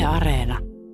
Areena.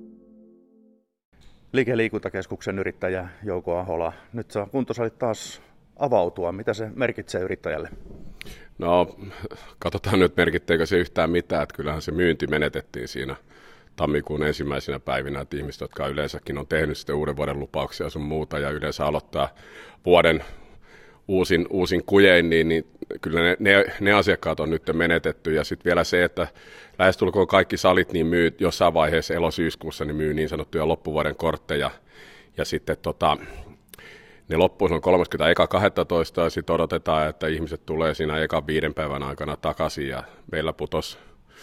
Liike- ja liikuntakeskuksen yrittäjä Jouko Ahola. Nyt saa kuntosalit taas avautua. Mitä se merkitsee yrittäjälle? No, katsotaan nyt merkitteekö se yhtään mitään. Että kyllähän se myynti menetettiin siinä tammikuun ensimmäisenä päivinä. Että ihmiset, jotka yleensäkin on tehnyt sitten uuden vuoden lupauksia sun muuta ja yleensä aloittaa vuoden uusin kujein, niin kyllä ne asiakkaat on nyt menetetty. Ja sitten vielä se, että lähestulkoon kaikki salit niin myy jossain vaiheessa elosyyskuussa niin myy niin sanottuja loppuvuoden kortteja. Ja sitten ne loppuun on 31.12. ja sitten odotetaan, että ihmiset tulee siinä ekan 5 päivän aikana takaisin. Ja meillä putosi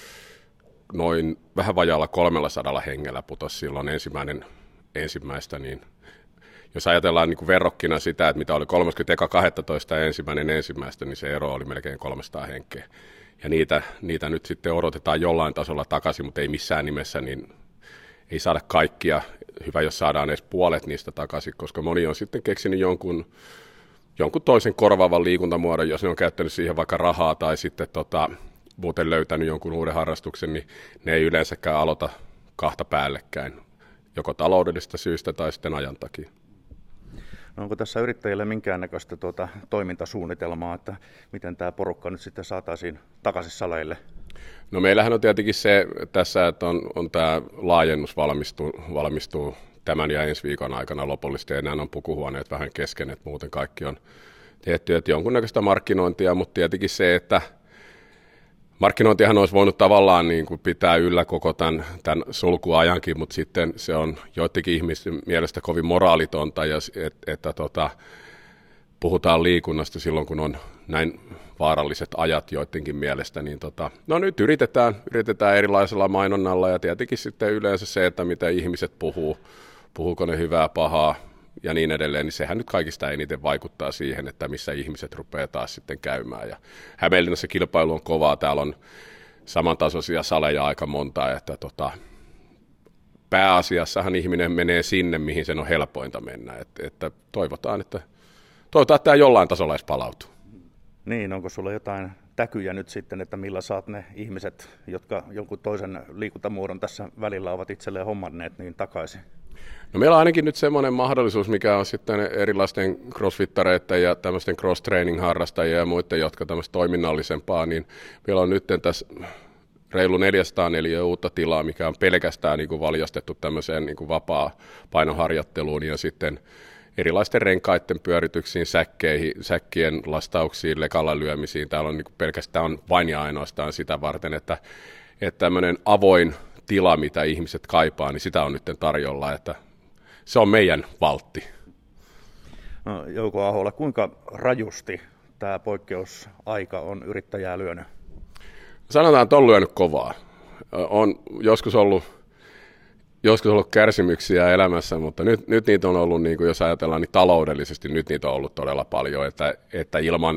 noin vähän vajaalla 300 hengellä putosi silloin ensimmäistä, niin jos ajatellaan niin kuin verrokkina sitä, että mitä oli 31.12. ja ensimmäistä, niin se ero oli melkein 300 henkeä. Ja niitä nyt sitten odotetaan jollain tasolla takaisin, mutta ei missään nimessä, niin ei saada kaikkia. Hyvä, jos saadaan edes puolet niistä takaisin, koska moni on sitten keksinyt jonkun toisen korvaavan liikuntamuodon, jos ne on käyttänyt siihen vaikka rahaa tai sitten muuten löytänyt jonkun uuden harrastuksen, niin ne ei yleensäkään aloita 2 päällekkäin, joko taloudellisesta syystä tai sitten ajan takia. No onko tässä yrittäjille minkäännäköistä toimintasuunnitelmaa, että miten tämä porukka nyt sitten saataisiin takaisin saleille? No meillähän on tietenkin se tässä, että on tämä laajennus valmistuu tämän ja ensi viikon aikana lopullisesti. Enää on pukuhuoneet vähän kesken, että muuten kaikki on tehty, että jonkunnäköistä markkinointia, mutta tietenkin se, että markkinointihan olisi voinut tavallaan niin kuin pitää yllä koko tämän sulkuajankin, mutta sitten se on joidenkin ihmisten mielestä kovin moraalitonta, että puhutaan liikunnasta silloin, kun on näin vaaralliset ajat joidenkin mielestä. Niin no nyt yritetään erilaisella mainonnalla ja tietenkin sitten yleensä se, että mitä ihmiset puhuuko ne hyvää, pahaa ja niin edelleen, niin sehän nyt kaikista eniten vaikuttaa siihen, että missä ihmiset rupeaa taas sitten käymään. Ja Hämeenlinnassa kilpailu on kovaa, täällä on samantasoisia saleja aika monta, että pääasiassahan ihminen menee sinne, mihin sen on helpointa mennä. Että toivotaan, että tämä jollain tasolla edes palautuu. Niin, onko sulla jotain täkyjä nyt sitten, että millä saat ne ihmiset, jotka jonkun toisen liikuntamuodon tässä välillä ovat itselleen hommanneet, niin takaisin? No meillä on ainakin nyt semmoinen mahdollisuus, mikä on sitten erilaisten crossfittareiden ja tämmöisten cross-training-harrastajia ja muiden, jotka tämmöistä toiminnallisempaa, niin meillä on nyt tässä reilu 404 uutta tilaa, mikä on pelkästään niin kuin valjastettu tämmöiseen niin kuin vapaa-painoharjoitteluun ja sitten erilaisten renkaiden pyörityksiin, säkkien lastauksiin, lekalla lyömisiin. Täällä on niin kuin pelkästään vain ja ainoastaan sitä varten, että tämmöinen avoin tila, mitä ihmiset kaipaa, niin sitä on nyt tarjolla, että se on meidän valtti. No, Jouko Ahola, kuinka rajusti tämä poikkeusaika on yrittäjää lyönyt? Sanotaan, että on lyönyt kovaa. On joskus ollut kärsimyksiä elämässä, mutta nyt niitä on ollut, niin kuin jos ajatellaan, niin taloudellisesti nyt niitä on ollut todella paljon, että ilman,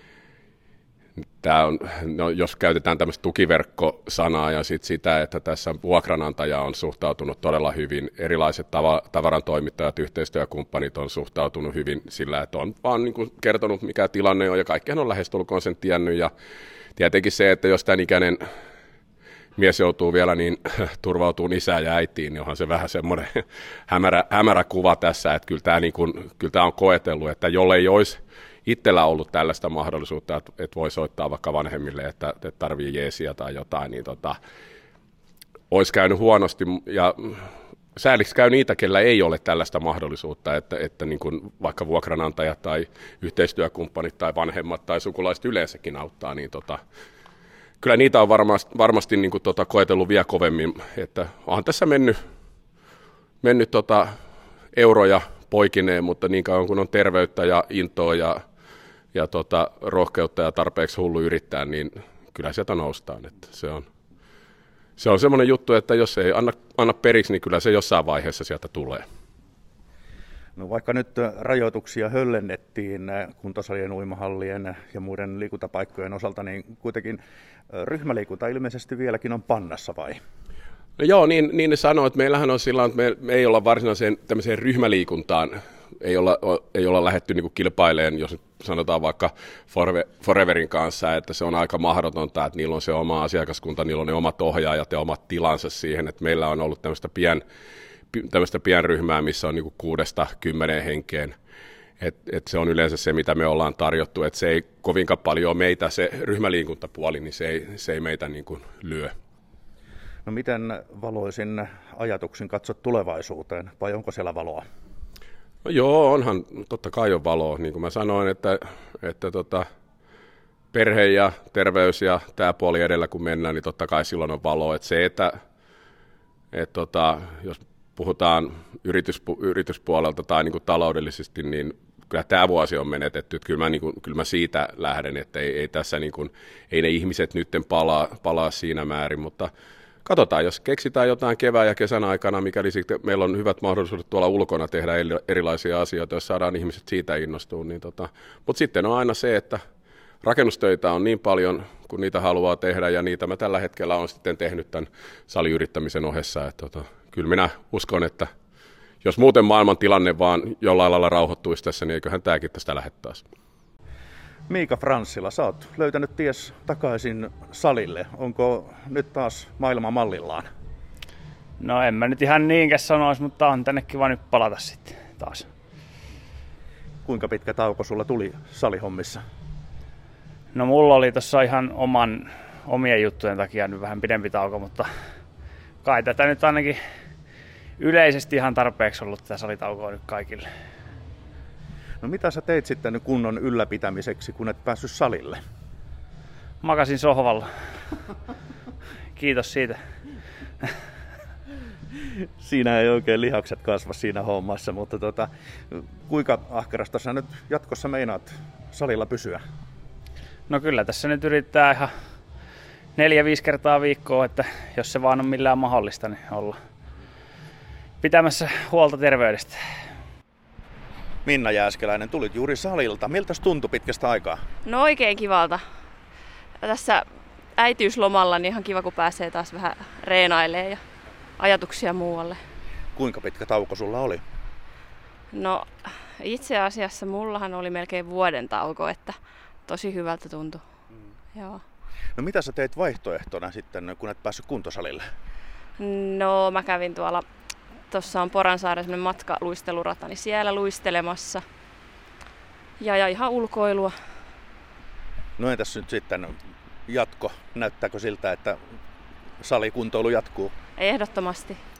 jos käytetään tämmöistä tukiverkkosanaa ja sitä, että tässä vuokranantaja on suhtautunut todella hyvin, erilaiset tavarantoimittajat, yhteistyökumppanit on suhtautunut hyvin sillä, että on vaan niin kuin kertonut, mikä tilanne on, ja kaikkihan on lähestulkoon sen tiennyt, ja tietenkin se, että jos tämän ikäinen mies joutuu vielä niin turvautumaan isään ja äitiin, niin onhan se vähän semmoinen hämärä kuva tässä, että kyllä tämä on koetellut, että jollei olisi itsellä ollut tällaista mahdollisuutta, että voi soittaa vaikka vanhemmille, että tarvii jeesiä tai jotain, niin olisi käynyt huonosti, ja sääliksi käy niitä, kellä ei ole tällaista mahdollisuutta, että niin kuin vaikka vuokranantajat tai yhteistyökumppanit tai vanhemmat tai sukulaiset yleensäkin auttaa, niin kyllä niitä on varmasti niin kuin koetellut vielä kovemmin, että onhan tässä mennyt euroja poikineen, mutta niin kauan kun on terveyttä ja intoa ja rohkeutta ja tarpeeksi hullu yrittää, niin kyllä sieltä noustaan. Että se on semmoinen juttu, että jos ei anna periksi, niin kyllä se jossain vaiheessa sieltä tulee. No vaikka nyt rajoituksia höllennettiin kuntosalien, uimahallien ja muiden liikuntapaikkojen osalta, niin kuitenkin ryhmäliikunta ilmeisesti vieläkin on pannassa vai? No joo, niin ne sanoo, että meillähän on sillä että me ei olla varsinaiseen tämmöiseen ryhmäliikuntaan, ei olla lähdetty niin kuin kilpailemaan, jos sanotaan vaikka Foreverin kanssa, että se on aika mahdotonta, että niillä on se oma asiakaskunta, niillä on ne omat ohjaajat ja omat tilansa siihen, että meillä on ollut tämmöistä pienryhmää, missä on niin 6-10 henkeen. Et se on yleensä se, mitä me ollaan tarjottu, että se ei kovinkaan paljon meitä, se ryhmäliikuntapuoli, niin se ei meitä niin kuin lyö. No miten valoisin ajatuksin katsot tulevaisuuteen, vai onko siellä valoa? No joo, onhan, totta kai on valoa. Niin kuin mä sanoin, että perhe ja terveys ja tämä puoli edellä kun mennään, niin totta kai silloin on valoa. Että se, että jos puhutaan yrityspuolelta tai niin kuin taloudellisesti, niin kyllä tämä vuosi on menetetty. Että kyllä mä siitä lähden, että ei tässä niin kuin, ei ne ihmiset nyt palaa siinä määrin, mutta katsotaan, jos keksitään jotain kevään ja kesän aikana, mikäli meillä on hyvät mahdollisuudet tuolla ulkona tehdä erilaisia asioita, jos saadaan ihmiset siitä innostua. Niin mutta sitten on aina se, että rakennustöitä on niin paljon, kun niitä haluaa tehdä, ja niitä mä tällä hetkellä olen sitten tehnyt tämän saliyrittämisen ohessa. Että kyllä minä uskon, että jos muuten maailman tilanne vaan jollain lailla rauhoittuisi tässä, niin eiköhän tämäkin tästä lähettäisi. Miika Franssila, sä oot löytänyt ties takaisin salille. Onko nyt taas maailma mallillaan? No en mä nyt ihan niinkään sanoisi, mutta on tänne kiva nyt palata sitten taas. Kuinka pitkä tauko sulla tuli salihommissa? No mulla oli tossa ihan omien juttujen takia nyt vähän pidempi tauko, mutta kai tätä nyt ainakin yleisesti ihan tarpeeksi ollut tätä salitaukoa nyt kaikille. No mitä sä teit sitten kunnon ylläpitämiseksi, kun et päässyt salille? Makasin sohvalla. Kiitos siitä. Siinä ei oikein lihakset kasva siinä hommassa, mutta kuinka ahkerasta sä nyt jatkossa meinaat salilla pysyä? No kyllä tässä nyt yrittää ihan 4-5 kertaa viikkoa, että jos se vaan on millään mahdollista, niin olla pitämässä huolta terveydestä. Minna Jääskeläinen, tulit juuri salilta. Miltäs tuntui pitkästä aikaa? No oikein kivalta. Tässä äitiyslomalla niin ihan kiva, kun pääsee taas vähän reenailemaan ja ajatuksia muualle. Kuinka pitkä tauko sulla oli? No itse asiassa mullahan oli melkein vuoden tauko, että tosi hyvältä tuntui. Joo. No mitä sä teit vaihtoehtona sitten, kun et päässyt kuntosalille? No mä kävin tuossa on Poransaaren semmoinen matkaluistelurata, niin siellä luistelemassa. Ja ihan ulkoilua. No entäs nyt sitten jatko? Näyttääkö siltä, että salikuntoilu jatkuu? Ehdottomasti.